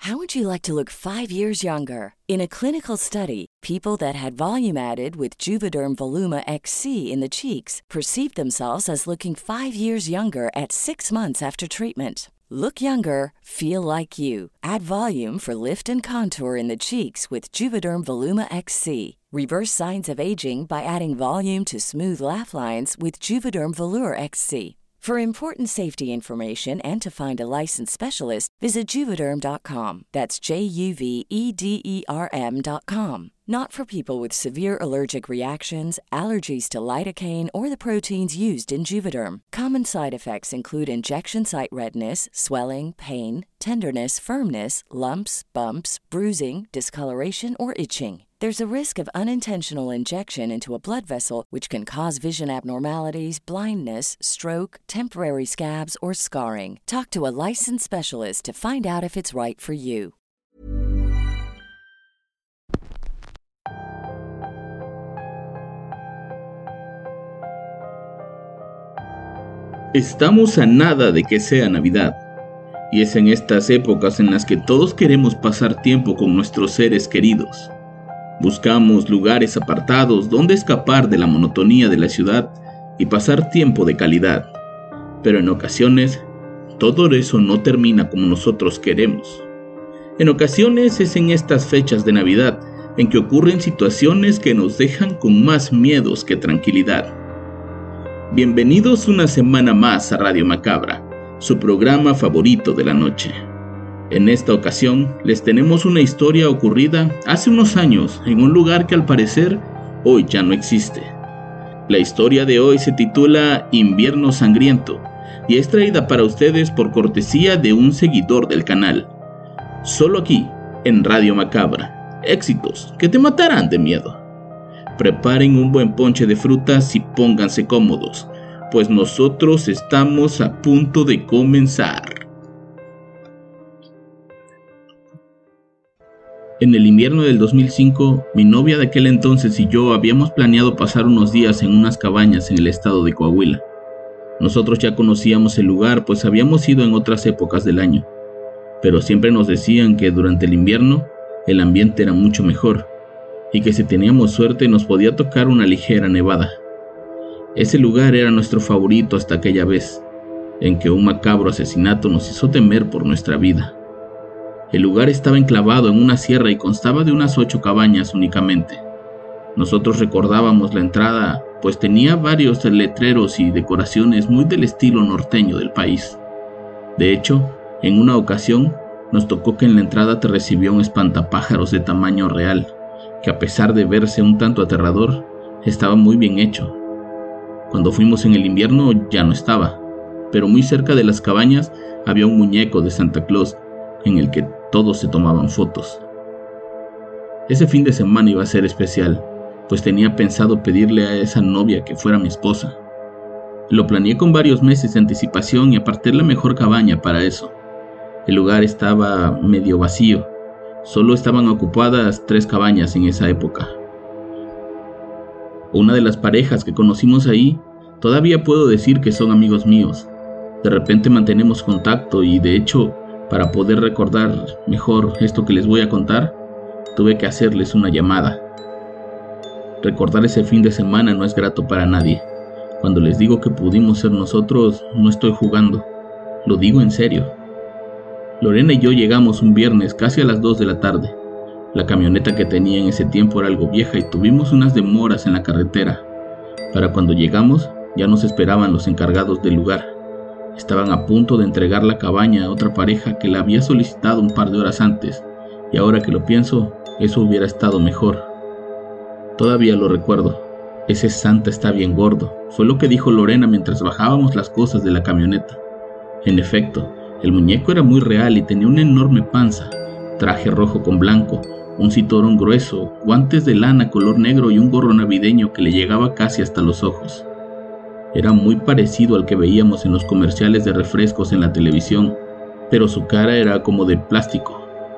How would you like to look 5 years younger? In a clinical study, people that had volume added with Juvederm Voluma XC in the cheeks perceived themselves as looking 5 years younger at 6 months after treatment. Look younger, feel like you. Add volume for lift and contour in the cheeks with Juvederm Voluma XC. Reverse signs of aging by adding volume to smooth laugh lines with Juvederm Volure XC. For important safety information and to find a licensed specialist, visit Juvederm.com. That's JUVEDERM.com. Not for people with severe allergic reactions, allergies to lidocaine, or the proteins used in Juvederm. Common side effects include injection site redness, swelling, pain, tenderness, firmness, lumps, bumps, bruising, discoloration, or itching. There's a risk of unintentional injection into a blood vessel, which can cause vision abnormalities, blindness, stroke, temporary scabs, or scarring. Talk to a licensed specialist to find out if it's right for you. Estamos a nada de que sea Navidad, y es en estas épocas en las que todos queremos pasar tiempo con nuestros seres queridos. Buscamos lugares apartados donde escapar de la monotonía de la ciudad y pasar tiempo de calidad. Pero en ocasiones, todo eso no termina como nosotros queremos. En ocasiones es en estas fechas de Navidad en que ocurren situaciones que nos dejan con más miedos que tranquilidad. Bienvenidos una semana más a Radio Macabra, su programa favorito de la noche. En esta ocasión les tenemos una historia ocurrida hace unos años en un lugar que al parecer hoy ya no existe. La historia de hoy se titula Invierno Sangriento y es traída para ustedes por cortesía de un seguidor del canal. Solo aquí, en Radio Macabra, éxitos que te matarán de miedo. Preparen un buen ponche de frutas y pónganse cómodos, pues nosotros estamos a punto de comenzar. En el invierno del 2005, mi novia de aquel entonces y yo habíamos planeado pasar unos días en unas cabañas en el estado de Coahuila. Nosotros ya conocíamos el lugar, pues habíamos ido en otras épocas del año, pero siempre nos decían que durante el invierno el ambiente era mucho mejor, y que si teníamos suerte nos podía tocar una ligera nevada. Ese lugar era nuestro favorito hasta aquella vez, en que un macabro asesinato nos hizo temer por nuestra vida. El lugar estaba enclavado en una sierra y constaba de unas 8 cabañas únicamente. Nosotros recordábamos la entrada, pues tenía varios letreros y decoraciones muy del estilo norteño del país. De hecho, en una ocasión nos tocó que en la entrada te recibió un espantapájaros de tamaño real, que a pesar de verse un tanto aterrador, estaba muy bien hecho. Cuando fuimos en el invierno ya no estaba, pero muy cerca de las cabañas había un muñeco de Santa Claus en el que todos se tomaban fotos. Ese fin de semana iba a ser especial, pues tenía pensado pedirle a esa novia que fuera mi esposa. Lo planeé con varios meses de anticipación y aparté la mejor cabaña para eso. El lugar estaba medio vacío, solo estaban ocupadas 3 cabañas en esa época. Una de las parejas que conocimos ahí, todavía puedo decir que son amigos míos. De repente mantenemos contacto y de hecho, para poder recordar mejor esto que les voy a contar, tuve que hacerles una llamada. Recordar ese fin de semana no es grato para nadie. Cuando les digo que pudimos ser nosotros, no estoy jugando, lo digo en serio. Lorena y yo llegamos un viernes casi a las 2 de la tarde. La camioneta que tenía en ese tiempo era algo vieja y tuvimos unas demoras en la carretera. Para cuando llegamos, ya nos esperaban los encargados del lugar. Estaban a punto de entregar la cabaña a otra pareja que la había solicitado un par de horas antes, y ahora que lo pienso, eso hubiera estado mejor. Todavía lo recuerdo. Ese Santa está bien gordo, fue lo que dijo Lorena mientras bajábamos las cosas de la camioneta. En efecto, el muñeco era muy real y tenía una enorme panza, traje rojo con blanco, un cinturón grueso, guantes de lana color negro y un gorro navideño que le llegaba casi hasta los ojos. Era muy parecido al que veíamos en los comerciales de refrescos en la televisión, pero su cara era como de plástico.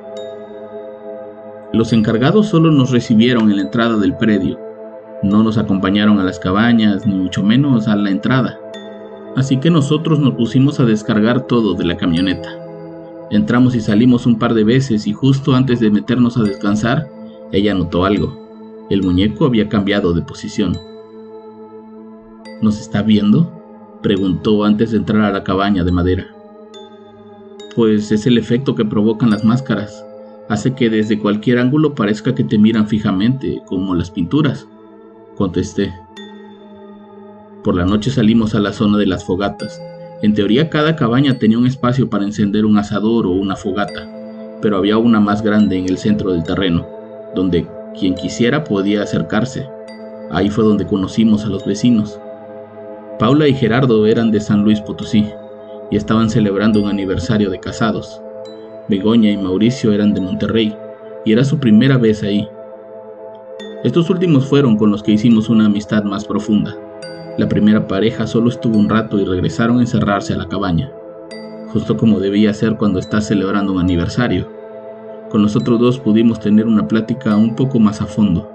Los encargados solo nos recibieron en la entrada del predio. No nos acompañaron a las cabañas, ni mucho menos a la entrada. Así que nosotros nos pusimos a descargar todo de la camioneta. Entramos y salimos un par de veces y justo antes de meternos a descansar, ella notó algo. El muñeco había cambiado de posición. ¿Nos está viendo?, preguntó antes de entrar a la cabaña de madera. Pues es el efecto que provocan las máscaras. Hace que desde cualquier ángulo parezca que te miran fijamente, como las pinturas, contesté. Por la noche salimos a la zona de las fogatas. En teoría cada cabaña tenía un espacio para encender un asador o una fogata, pero había una más grande en el centro del terreno, donde quien quisiera podía acercarse. Ahí fue donde conocimos a los vecinos. Paula y Gerardo eran de San Luis Potosí y estaban celebrando un aniversario de casados. Begoña y Mauricio eran de Monterrey y era su primera vez ahí. Estos últimos fueron con los que hicimos una amistad más profunda. La primera pareja solo estuvo un rato y regresaron a encerrarse a la cabaña, justo como debía ser cuando estás celebrando un aniversario. Con los otros dos pudimos tener una plática un poco más a fondo.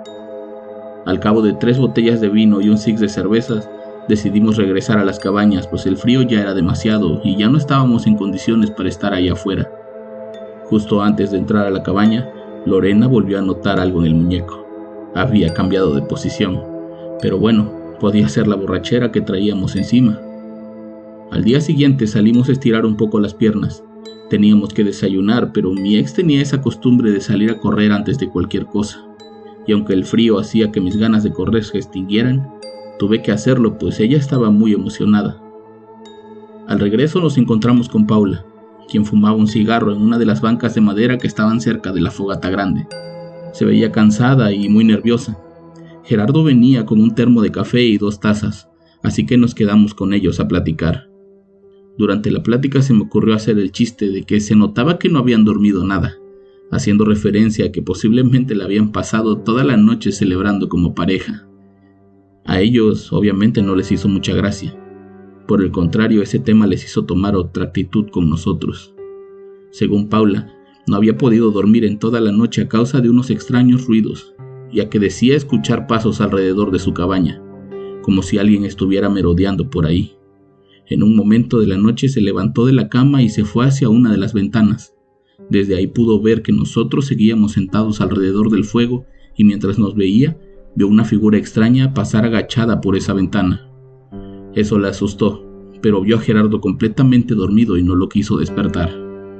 Al cabo de 3 botellas de vino y un six de cervezas, decidimos regresar a las cabañas, pues el frío ya era demasiado y ya no estábamos en condiciones para estar allá afuera. Justo antes de entrar a la cabaña, Lorena volvió a notar algo en el muñeco. Había cambiado de posición, pero bueno, podía ser la borrachera que traíamos encima. Al día siguiente salimos a estirar un poco las piernas. Teníamos que desayunar, pero mi ex tenía esa costumbre de salir a correr antes de cualquier cosa. Y aunque el frío hacía que mis ganas de correr se extinguieran, tuve que hacerlo, pues ella estaba muy emocionada. Al regreso nos encontramos con Paula, quien fumaba un cigarro en una de las bancas de madera que estaban cerca de la fogata grande. Se veía cansada y muy nerviosa. Gerardo venía con un termo de café y 2 tazas, así que nos quedamos con ellos a platicar. Durante la plática se me ocurrió hacer el chiste de que se notaba que no habían dormido nada, haciendo referencia a que posiblemente la habían pasado toda la noche celebrando como pareja. A ellos obviamente no les hizo mucha gracia. Por el contrario, ese tema les hizo tomar otra actitud con nosotros. Según Paula, no había podido dormir en toda la noche a causa de unos extraños ruidos, ya que decía escuchar pasos alrededor de su cabaña, como si alguien estuviera merodeando por ahí. En un momento de la noche se levantó de la cama y se fue hacia una de las ventanas. Desde ahí pudo ver que nosotros seguíamos sentados alrededor del fuego y mientras nos veía, vio una figura extraña pasar agachada por esa ventana. Eso la asustó, pero vio a Gerardo completamente dormido y no lo quiso despertar.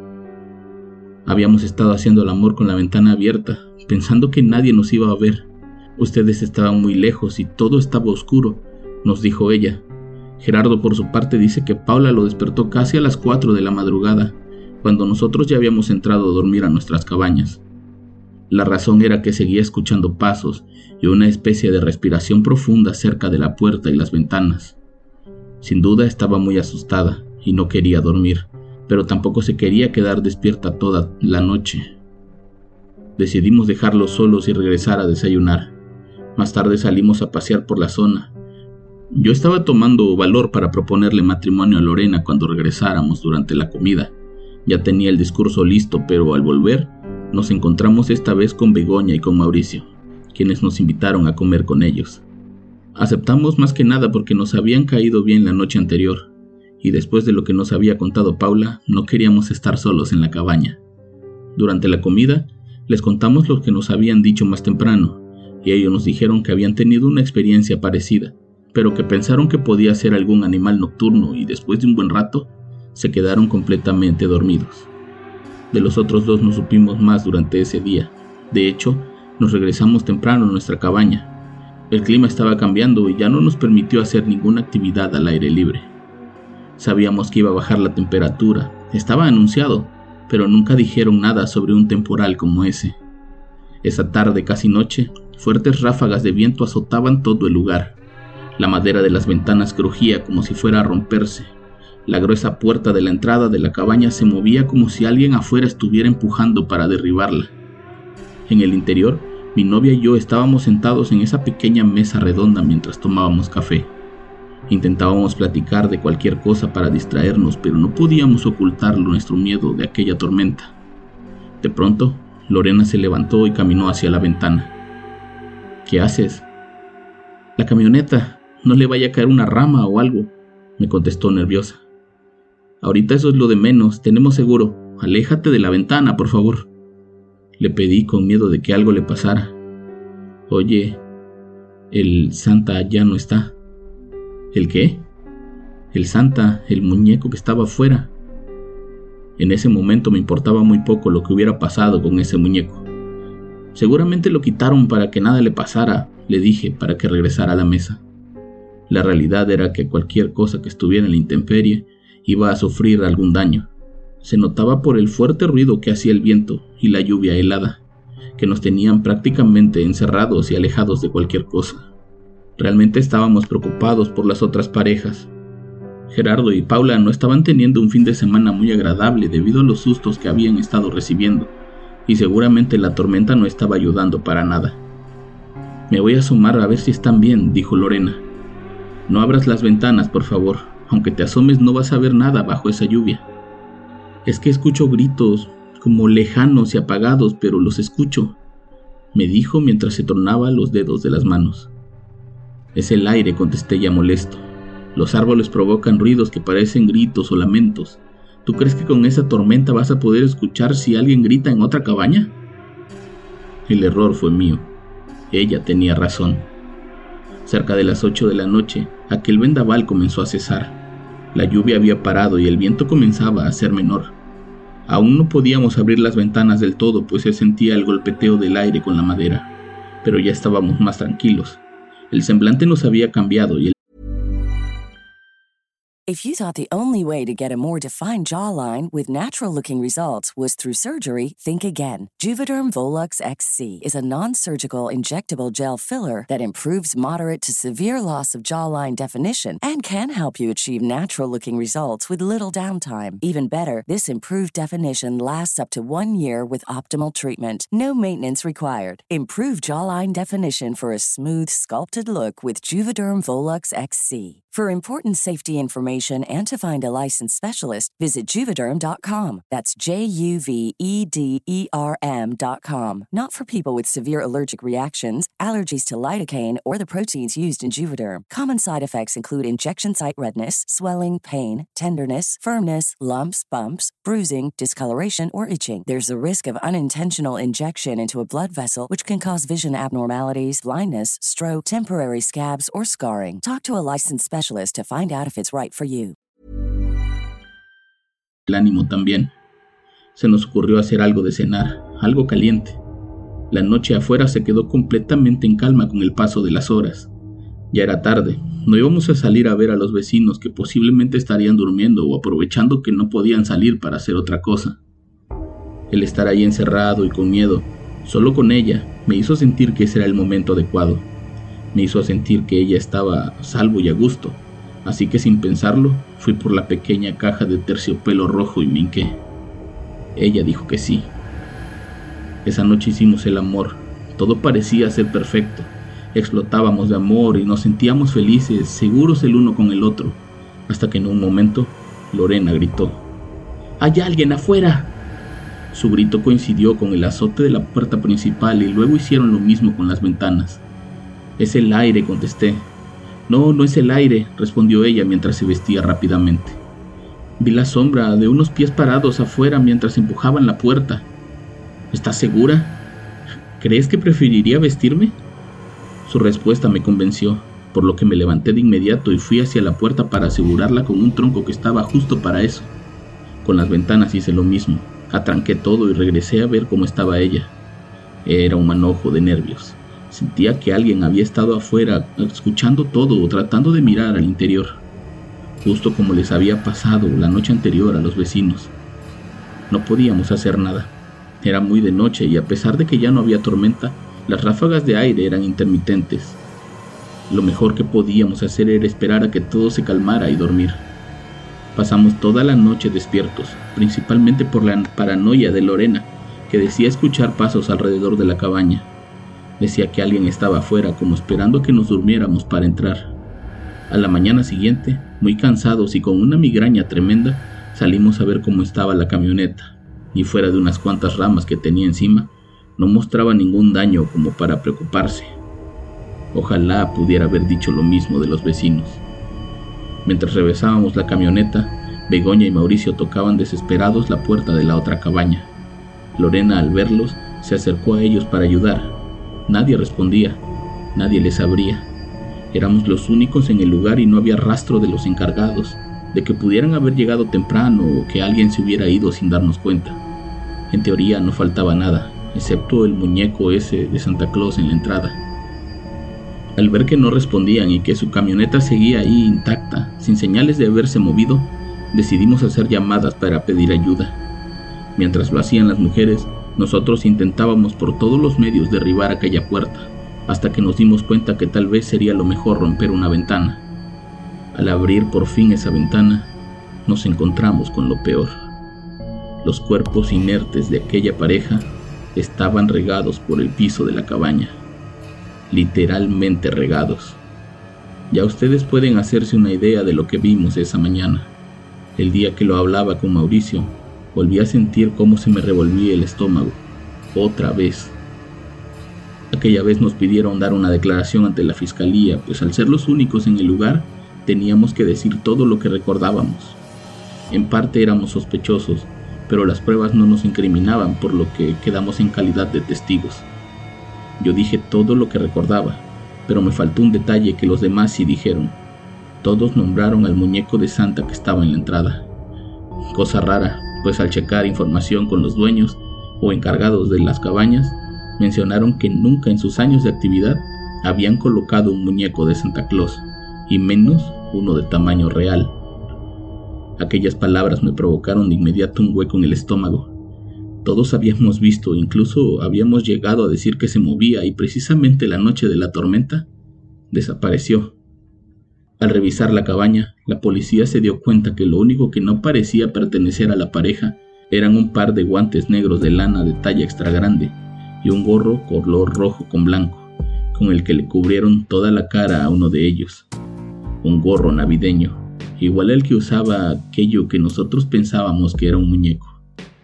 Habíamos estado haciendo el amor con la ventana abierta, pensando que nadie nos iba a ver. Ustedes estaban muy lejos y todo estaba oscuro, nos dijo ella. Gerardo por su parte dice que Paula lo despertó casi a las 4 de la madrugada, cuando nosotros ya habíamos entrado a dormir a nuestras cabañas. La razón era que seguía escuchando pasos y una especie de respiración profunda cerca de la puerta y las ventanas. Sin duda estaba muy asustada y no quería dormir, pero tampoco se quería quedar despierta toda la noche. Decidimos dejarlos solos y regresar a desayunar. Más tarde salimos a pasear por la zona. Yo estaba tomando valor para proponerle matrimonio a Lorena cuando regresáramos durante la comida. Ya tenía el discurso listo, pero al volver, nos encontramos esta vez con Begoña y con Mauricio, quienes nos invitaron a comer con ellos. Aceptamos más que nada porque nos habían caído bien la noche anterior, y después de lo que nos había contado Paula, no queríamos estar solos en la cabaña. Durante la comida, les contamos lo que nos habían dicho más temprano, y ellos nos dijeron que habían tenido una experiencia parecida, pero que pensaron que podía ser algún animal nocturno y después de un buen rato, se quedaron completamente dormidos. De los otros 2 no supimos más durante ese día. De hecho, nos regresamos temprano a nuestra cabaña. El clima estaba cambiando y ya no nos permitió hacer ninguna actividad al aire libre. Sabíamos que iba a bajar la temperatura, estaba anunciado, pero nunca dijeron nada sobre un temporal como ese. Esa tarde casi noche, fuertes ráfagas de viento azotaban todo el lugar. La madera de las ventanas crujía como si fuera a romperse. La gruesa puerta de la entrada de la cabaña se movía como si alguien afuera estuviera empujando para derribarla. En el interior, mi novia y yo estábamos sentados en esa pequeña mesa redonda mientras tomábamos café. Intentábamos platicar de cualquier cosa para distraernos, pero no podíamos ocultar nuestro miedo de aquella tormenta. De pronto, Lorena se levantó y caminó hacia la ventana. ¿Qué haces? La camioneta, no le vaya a caer una rama o algo, me contestó nerviosa. Ahorita eso es lo de menos, tenemos seguro. Aléjate de la ventana, por favor. Le pedí con miedo de que algo le pasara. Oye, el Santa ya no está. ¿El qué? El Santa, el muñeco que estaba afuera. En ese momento me importaba muy poco lo que hubiera pasado con ese muñeco. Seguramente lo quitaron para que nada le pasara, le dije, para que regresara a la mesa. La realidad era que cualquier cosa que estuviera en la intemperie iba a sufrir algún daño. Se notaba por el fuerte ruido que hacía el viento y la lluvia helada, que nos tenían prácticamente encerrados y alejados de cualquier cosa. Realmente estábamos preocupados por las otras parejas. Gerardo y Paula no estaban teniendo un fin de semana muy agradable debido a los sustos que habían estado recibiendo, y seguramente la tormenta no estaba ayudando para nada. Me voy a asomar a ver si están bien, dijo Lorena. No abras las ventanas, por favor. Aunque te asomes no vas a ver nada bajo esa lluvia. Es que escucho gritos, como lejanos y apagados, pero los escucho, me dijo mientras se tornaba los dedos de las manos. Es el aire, contesté ya molesto. Los árboles provocan ruidos que parecen gritos o lamentos. ¿Tú crees que con esa tormenta vas a poder escuchar si alguien grita en otra cabaña? El error fue mío. Ella tenía razón. Cerca de las 8 de la noche, aquel vendaval comenzó a cesar. La lluvia había parado y el viento comenzaba a ser menor. Aún no podíamos abrir las ventanas del todo, pues se sentía el golpeteo del aire con la madera, pero ya estábamos más tranquilos. El semblante nos había cambiado y el If you thought the only way to get a more defined jawline with natural-looking results was through surgery, think again. Juvederm Volux XC is a non-surgical injectable gel filler that improves moderate to severe loss of jawline definition and can help you achieve natural-looking results with little downtime. Even better, this improved definition lasts up to 1 year with optimal treatment. No maintenance required. Improve jawline definition for a smooth, sculpted look with Juvederm Volux XC. For important safety information and to find a licensed specialist, visit Juvederm.com. That's JUVEDERM.com. Not for people with severe allergic reactions, allergies to lidocaine, or the proteins used in Juvederm. Common side effects include injection site redness, swelling, pain, tenderness, firmness, lumps, bumps, bruising, discoloration, or itching. There's a risk of unintentional injection into a blood vessel, which can cause vision abnormalities, blindness, stroke, temporary scabs, or scarring. Talk to a licensed specialist to find out if it's right for you. El ánimo también. Se nos ocurrió hacer algo de cenar, algo caliente. La noche afuera se quedó completamente en calma con el paso de las horas. Ya era tarde, no íbamos a salir a ver a los vecinos que posiblemente estarían durmiendo o aprovechando que no podían salir para hacer otra cosa. El estar ahí encerrado y con miedo, solo con ella, me hizo sentir que ese era el momento adecuado. Me hizo sentir que ella estaba a salvo y a gusto, así que sin pensarlo, fui por la pequeña caja de terciopelo rojo y me hinqué. Ella dijo que sí. Esa noche hicimos el amor, todo parecía ser perfecto, explotábamos de amor y nos sentíamos felices, seguros el uno con el otro, hasta que en un momento, Lorena gritó: ¡Hay alguien afuera! Su grito coincidió con el azote de la puerta principal y luego hicieron lo mismo con las ventanas. Es el aire, contesté. No, no es el aire, respondió ella mientras se vestía rápidamente. Vi la sombra de unos pies parados afuera mientras empujaban la puerta. ¿Estás segura? ¿Crees que preferiría vestirme? Su respuesta me convenció, por lo que me levanté de inmediato y fui hacia la puerta para asegurarla con un tronco que estaba justo para eso. Con las ventanas hice lo mismo, atranqué todo y regresé a ver cómo estaba ella. Era un manojo de nervios. Sentía que alguien había estado afuera, escuchando todo o tratando de mirar al interior, justo como les había pasado la noche anterior a los vecinos. No podíamos hacer nada. Era muy de noche y a pesar de que ya no había tormenta, las ráfagas de aire eran intermitentes. Lo mejor que podíamos hacer era esperar a que todo se calmara y dormir. Pasamos toda la noche despiertos, principalmente por la paranoia de Lorena, que decía escuchar pasos alrededor de la cabaña. Decía que alguien estaba afuera, como esperando que nos durmiéramos para entrar. A la mañana siguiente, muy cansados y con una migraña tremenda, salimos a ver cómo estaba la camioneta, y fuera de unas cuantas ramas que tenía encima, no mostraba ningún daño como para preocuparse. Ojalá pudiera haber dicho lo mismo de los vecinos. Mientras revisábamos la camioneta, Begoña y Mauricio tocaban desesperados la puerta de la otra cabaña. Lorena, al verlos, se acercó a ellos para ayudar. Nadie respondía, nadie les abría. Éramos los únicos en el lugar y no había rastro de los encargados, de que pudieran haber llegado temprano o que alguien se hubiera ido sin darnos cuenta. En teoría no faltaba nada, excepto el muñeco ese de Santa Claus en la entrada. Al ver que no respondían y que su camioneta seguía ahí intacta, sin señales de haberse movido, decidimos hacer llamadas para pedir ayuda. Mientras lo hacían las mujeres, nosotros intentábamos por todos los medios derribar aquella puerta, hasta que nos dimos cuenta que tal vez sería lo mejor romper una ventana. Al abrir por fin esa ventana, nos encontramos con lo peor. Los cuerpos inertes de aquella pareja estaban regados por el piso de la cabaña, literalmente regados. Ya ustedes pueden hacerse una idea de lo que vimos esa mañana. El día que lo hablaba con Mauricio, volví a sentir cómo se me revolvía el estómago, otra vez. Aquella vez nos pidieron dar una declaración ante la fiscalía, pues al ser los únicos en el lugar, teníamos que decir todo lo que recordábamos. En parte éramos sospechosos, pero las pruebas no nos incriminaban, por lo que quedamos en calidad de testigos. Yo dije todo lo que recordaba, pero me faltó un detalle que los demás sí dijeron. Todos nombraron al muñeco de Santa que estaba en la entrada. Cosa rara, pues al checar información con los dueños o encargados de las cabañas, mencionaron que nunca en sus años de actividad habían colocado un muñeco de Santa Claus, y menos uno de tamaño real. Aquellas palabras me provocaron de inmediato un hueco en el estómago. Todos habíamos visto, incluso habíamos llegado a decir que se movía, y precisamente la noche de la tormenta desapareció. Al revisar la cabaña, la policía se dio cuenta que lo único que no parecía pertenecer a la pareja eran un par de guantes negros de lana de talla extra grande y un gorro color rojo con blanco, con el que le cubrieron toda la cara a uno de ellos. Un gorro navideño, igual al que usaba aquello que nosotros pensábamos que era un muñeco.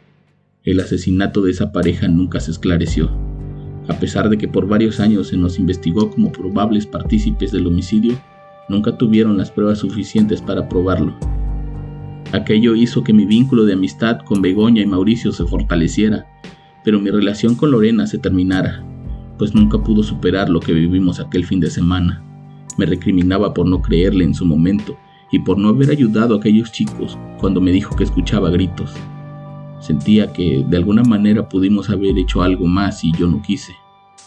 El asesinato de esa pareja nunca se esclareció, a pesar de que por varios años se nos investigó como probables partícipes del homicidio. Nunca tuvieron las pruebas suficientes para probarlo. Aquello hizo que mi vínculo de amistad con Begoña y Mauricio se fortaleciera, pero mi relación con Lorena se terminara, pues nunca pudo superar lo que vivimos aquel fin de semana. Me recriminaba por no creerle en su momento y por no haber ayudado a aquellos chicos cuando me dijo que escuchaba gritos. Sentía que de alguna manera pudimos haber hecho algo más y yo no quise.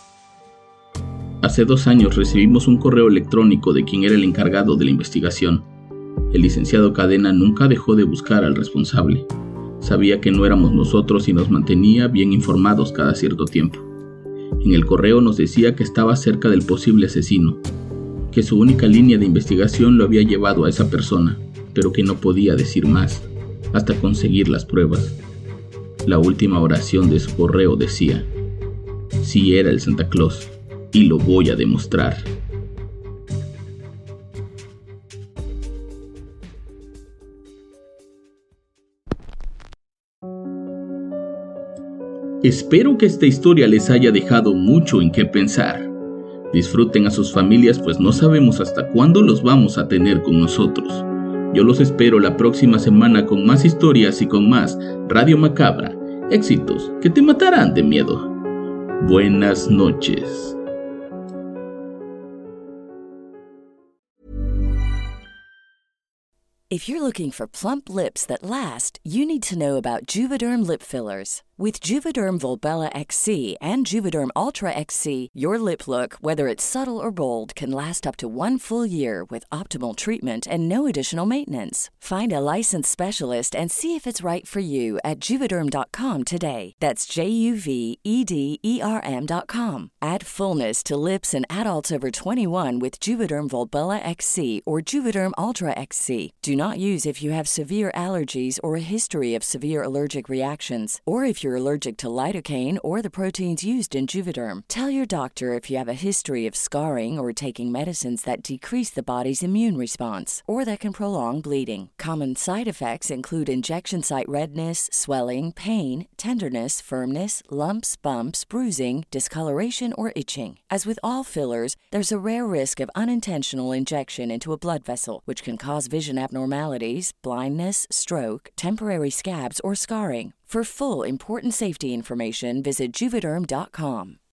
Hace 2 años recibimos un correo electrónico de quien era el encargado de la investigación. El licenciado Cadena nunca dejó de buscar al responsable. Sabía que no éramos nosotros y nos mantenía bien informados cada cierto tiempo. En el correo nos decía que estaba cerca del posible asesino, que su única línea de investigación lo había llevado a esa persona, pero que no podía decir más, hasta conseguir las pruebas. La última oración de su correo decía: sí era el Santa Claus, y lo voy a demostrar. Espero que esta historia les haya dejado mucho en qué pensar. Disfruten a sus familias, pues no sabemos hasta cuándo los vamos a tener con nosotros. Yo los espero la próxima semana con más historias y con más Radio Macabra, éxitos que te matarán de miedo. Buenas noches. If you're looking for plump lips that last, you need to know about Juvederm lip fillers. With Juvederm Volbella XC and Juvederm Ultra XC, your lip look, whether it's subtle or bold, can last up to 1 full year with optimal treatment and no additional maintenance. Find a licensed specialist and see if it's right for you at Juvederm.com today. That's JUVEDERM.com. Add fullness to lips in adults over 21 with Juvederm Volbella XC or Juvederm Ultra XC. Do not use if you have severe allergies or a history of severe allergic reactions, or if you're you're allergic to lidocaine or the proteins used in Juvederm. Tell your doctor if you have a history of scarring or taking medicines that decrease the body's immune response or that can prolong bleeding. Common side effects include injection site redness, swelling, pain, tenderness, firmness, lumps, bumps, bruising, discoloration, or itching. As with all fillers, there's a rare risk of unintentional injection into a blood vessel, which can cause vision abnormalities, blindness, stroke, temporary scabs, or scarring. For full, important safety information, visit Juvederm.com.